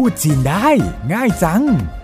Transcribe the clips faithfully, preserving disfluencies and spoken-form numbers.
ดจีนได้ง่ายจัง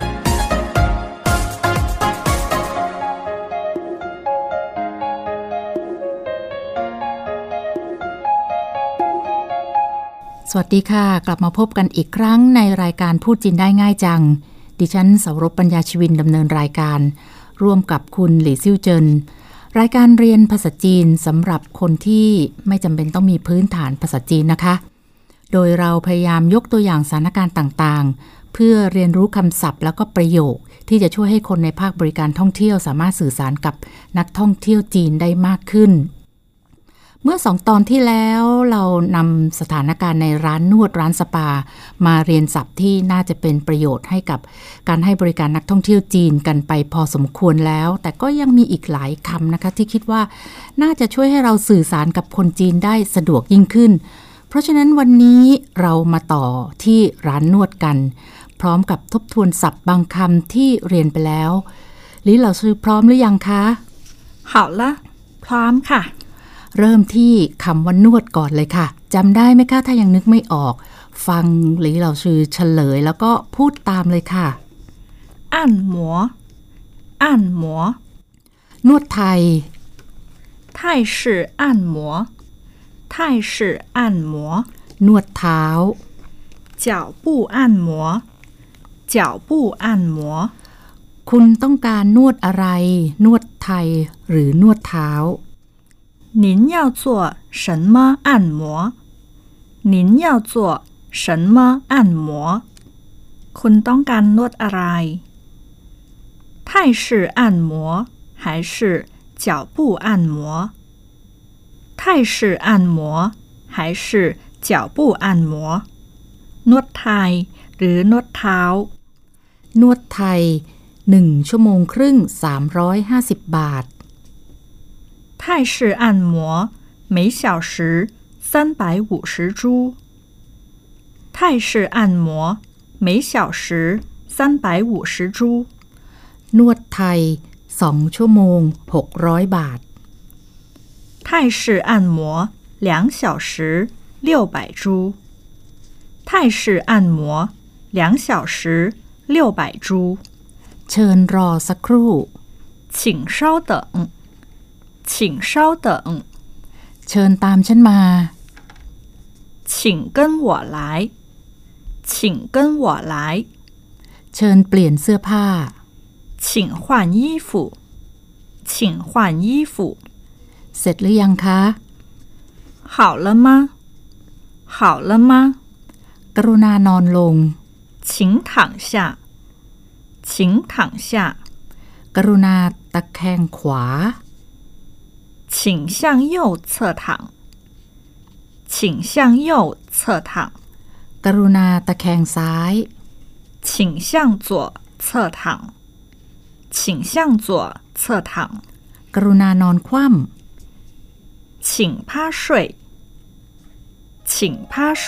สวัสดีค่ะกลับมาพบกันอีกครั้งในรายการพูดจีนได้ง่ายจังดิฉันเสารพปัญญาชีวินดำเนินรายการร่วมกับคุณหลี่ซิ่วเจินรายการเรียนภาษาจีนสำหรับคนที่ไม่จำเป็นต้องมีพื้นฐานภาษาจีนนะคะโดยเราพยายามยกตัวอย่างสถานการณ์ต่างๆเพื่อเรียนรู้คำศัพท์แล้วก็ประโยคที่จะช่วยให้คนในภาคบริการท่องเที่ยวสามารถสื่อสารกับนักท่องเที่ยวจีนได้มากขึ้นเมื่อสองตอนที่แล้วเรานำสถานการณ์ในร้านนวดร้านสปามาเรียนศัพท์ที่น่าจะเป็นประโยชน์ให้กับการให้บริการนักท่องเที่ยวจีนกันไปพอสมควรแล้วแต่ก็ยังมีอีกหลายคำนะคะที่คิดว่าน่าจะช่วยให้เราสื่อสารกับคนจีนได้สะดวกยิ่งขึ้นเพราะฉะนั้นวันนี้เรามาต่อที่ร้านนวดกันพร้อมกับทบทวนศัพท์บางคำที่เรียนไปแล้วลิเหล่าซื้อพร้อมหรือยังคะ好了พร้อมค่ะเริ่มที่คำว่านวดก่อนเลยค่ะจำได้ไหมคะถ้ายังนึกไม่ออกฟังหรือเราชื่อเฉลยแล้วก็พูดตามเลยค่ะอันหมัวอันหมัวนวดไทย泰式按摩泰式按摩นวดเท้า脚部按摩脚部按摩คุณต้องการนวดอะไรนวดไทยหรือนวดเท้า您要做什么按摩您要做什么按摩คุณต้องการนวดอะไร泰式按摩还是脚部按摩泰式按摩还是脚部按摩นวดไทยหรือนวดเท้านวดไทยหนึ่งชั่วโมงครึ่งสามร้อยห้าสิบบาท泰式按摩每小时三百五十铢泰式按摩每小时三百五十铢นวดไทยสองชั่วโมงหกร้อยบาท泰式按摩两小时六百铢泰式按摩两小时六百铢เชิญรอสักครู่请稍等请稍等เชิญตามฉันมา请跟我来请跟我来เชิญเปลี่ยนเสื้อผ้า请换衣服请换衣服เสร็จหรือยังคะ好了吗好了吗กรุณานอนลง请躺下请躺下กรุณาตะแคงขวา请向右侧躺请向右侧躺กรุณาตะแคงซ้าย请向左侧躺请向左侧躺กรุณานอนคว่ำ请趴睡请趴睡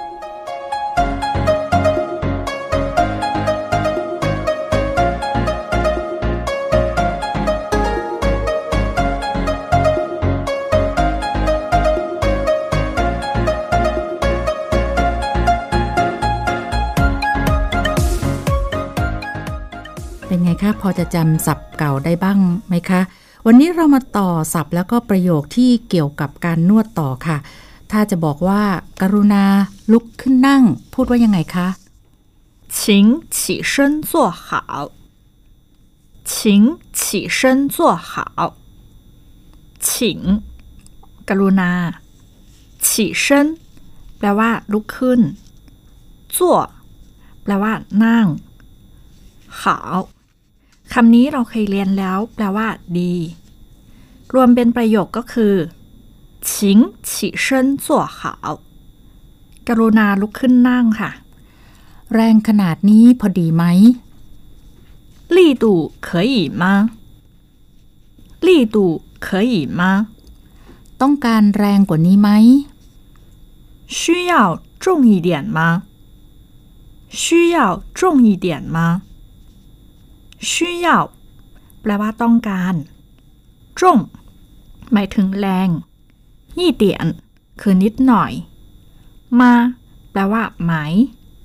เป็นไงคะพอจะจำศัพท์เก่าได้บ้างไหมคะวันนี้เรามาต่อศัพท์แล้วก็ประโยคที่เกี่ยวกับการนวดต่อค่ะถ้าจะบอกว่ากรุณาลุกขึ้นนั่งพูดว่ายังไงคะ请起身坐好请起身坐好请กรุณา起身แปลว่าลุกขึ้น坐แปลว่านั่ง好คำนี้เราเคยเรียนแล้วแปลว่าดีรวมเป็นประโยคก็คือ请起身坐好กรุณาลุกขึ้นนั่งค่ะแรงขนาดนี้พอดีไหม力度可以吗力度可以吗ต้องการแรงกว่านี้ไหม需要重一点吗需要重一点吗需要แปลว่าต้องการ重หมายถึงแรงยี่เตียนคือนิดหน่อยมาแปลว่าไหม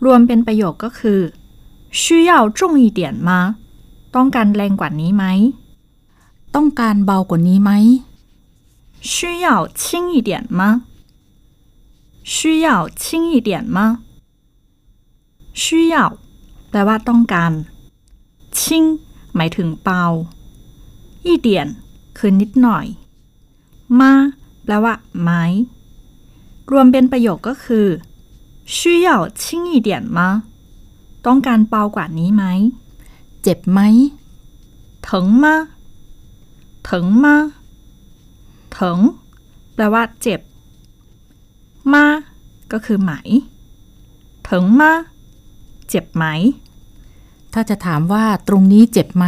รวมเป็นประโยคก็คือ需要重一点吗ต้องการแรงกว่านี้ไหมต้องการเบากว่านี้ไหม需要轻一点吗需要轻一点吗需要แปลว่าต้องการชิ่งหมายถึงเบาอีเดียนคือนิดหน่อยมาแปลว่าไหมรวมเป็นประโยคก็คือ需要轻一点吗ต้องการเบากว่านี้ไหมเจ็บไหม疼吗疼吗疼แปลว่าเจ็บมาก็คือไหม疼吗เจ็บไหมถ้าจะถามว่าตรงนี้เจ็บไหม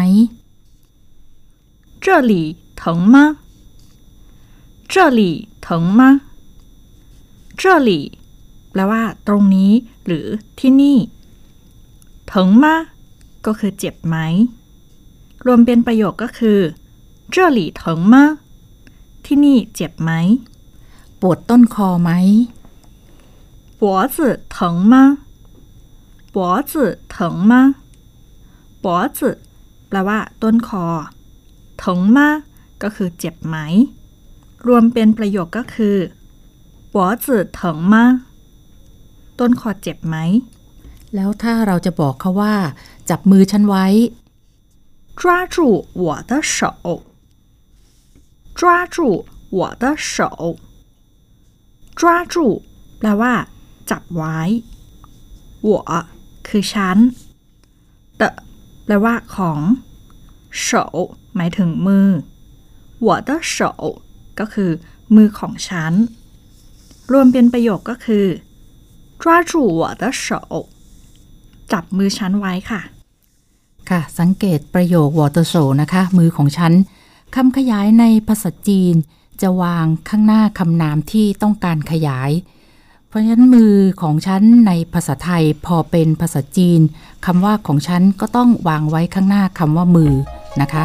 这里疼吗这里疼吗这里แปลว่าตรงนี้หรือที่นี่疼吗ก็คือเจ็บไหมรวมเป็นประโยคก็คือ这里疼吗ที่นี่เจ็บไหมปวดต้นคอไหม脖子疼吗脖子疼吗脖子แปลว่าต้นคอ疼吗ก็คือเจ็บไหมรวมเป็นประโยคก็คือ脖子疼吗ต้นคอเจ็บไหมแล้วถ้าเราจะบอกเขาว่าจับมือฉันไว้抓住我的手抓住我的手抓住แปลว่าจับไว้我คือฉัน的แปลว่าของ手หมายถึงมือ我的手ก็คือมือของฉันรวมเป็นประโยคก็คือ抓住我的手จับมือฉันไว้ค่ะค่ะสังเกตประโยค water show นะคะมือของฉันคำขยายในภาษาจีนจะวางข้างหน้าคำนามที่ต้องการขยายเพราะฉะนั้นมือของฉันในภาษาไทยพอเป็นภาษาจีนคำว่าของฉันก็ต้องวางไว้ข้างหน้าคำว่ามือนะคะ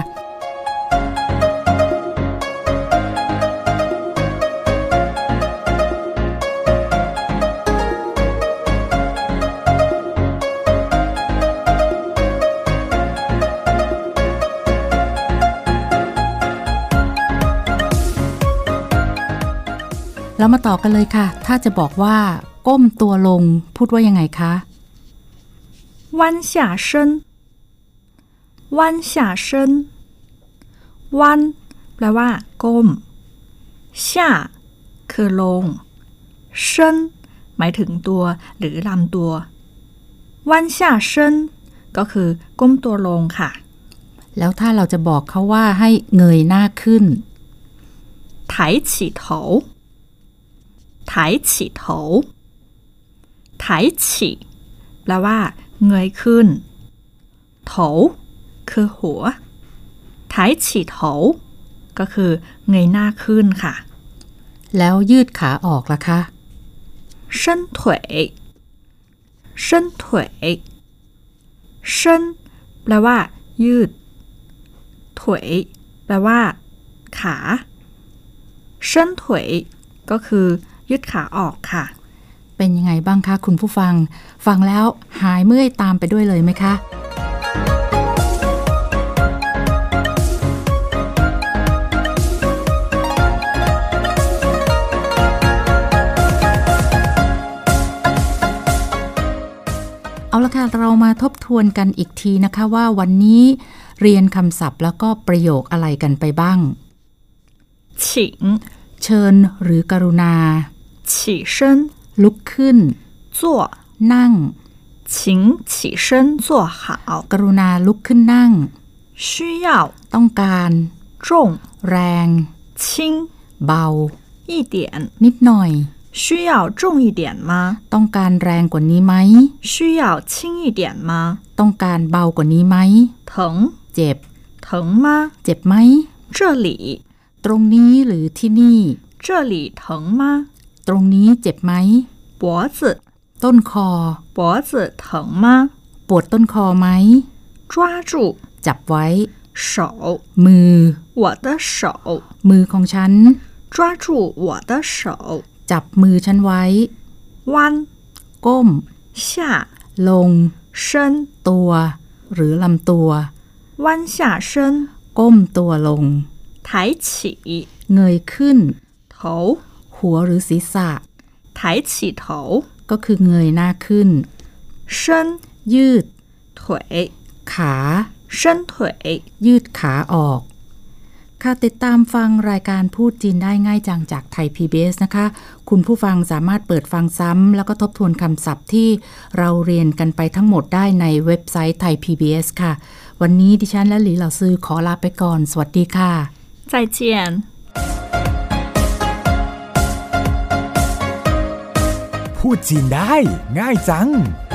เรามาต่อกันเลยค่ะถ้าจะบอกว่าก้มตัวลงพูดว่ายังไงคะ弯下身弯下身弯แปลว่าก้ม下คือลง身หมายถึงตัวหรือลำตัว弯下身ก็คือก้มตัวลงค่ะแล้วถ้าเราจะบอกเขาว่าให้เงยหน้าขึ้น抬起头抬起头抬起แปลว่าเงยขึ้นโถคือหัว抬起头ก็คือเงยหน้าขึ้นค่ะแล้วยืดขาออกล่ะคะ伸腿伸腿伸แปลว่ายืด腿แปลว่าขา伸腿ก็คือยืดขาออกค่ะเป็นยังไงบ้างคะคุณผู้ฟังฟังแล้วหายเมื่อยตามไปด้วยเลยไหมคะเอาละค่ะเรามาทบทวนกันอีกทีนะคะว่าวันนี้เรียนคำศัพท์แล้วก็ประโยคอะไรกันไปบ้างฉิงเชิญหรือกรุณา起身ลุกขึ้น坐นั่ง请起身坐好กรุณาลุกขึ้นนั่ง需要ต้องการ重แรง轻เบา一点นิดหน่อย需要重一点吗ต้องการแรงกว่านี้ไหม需要轻一点吗ต้องการเบากว่านี้ไหม疼เจ็บ疼吗เจ็บไหม这里ตรงนี้หรือที่นี่这里疼吗ตรงนี้เจ็บไหม脖子ต้นคอ脖子疼吗ปวดต้นคอไหม抓住จับไว้手มือ我的手มือของฉัน抓住我的手จับมือฉันไว้弯ก้ม下ลง身ตัวหรือลำตัว弯下身ก้มตัวลง抬起เงยขึ้น头หัวหรือศีรษะ抬起头ก็คือเงยหน้าขึ้น伸ยืด腿ขา伸腿ยืดขาออกค่ะติดตามฟังรายการพูดจีนได้ง่ายจังจากไทย พี บี เอส นะคะคุณผู้ฟังสามารถเปิดฟังซ้ำแล้วก็ทบทวนคำศัพท์ที่เราเรียนกันไปทั้งหมดได้ในเว็บไซต์ไทย พี บี เอส ค่ะวันนี้ดิฉันและหลีเหล่าซือขอลาไปก่อนสวัสดีค่ะ再见พูดจีนได้ง่ายจัง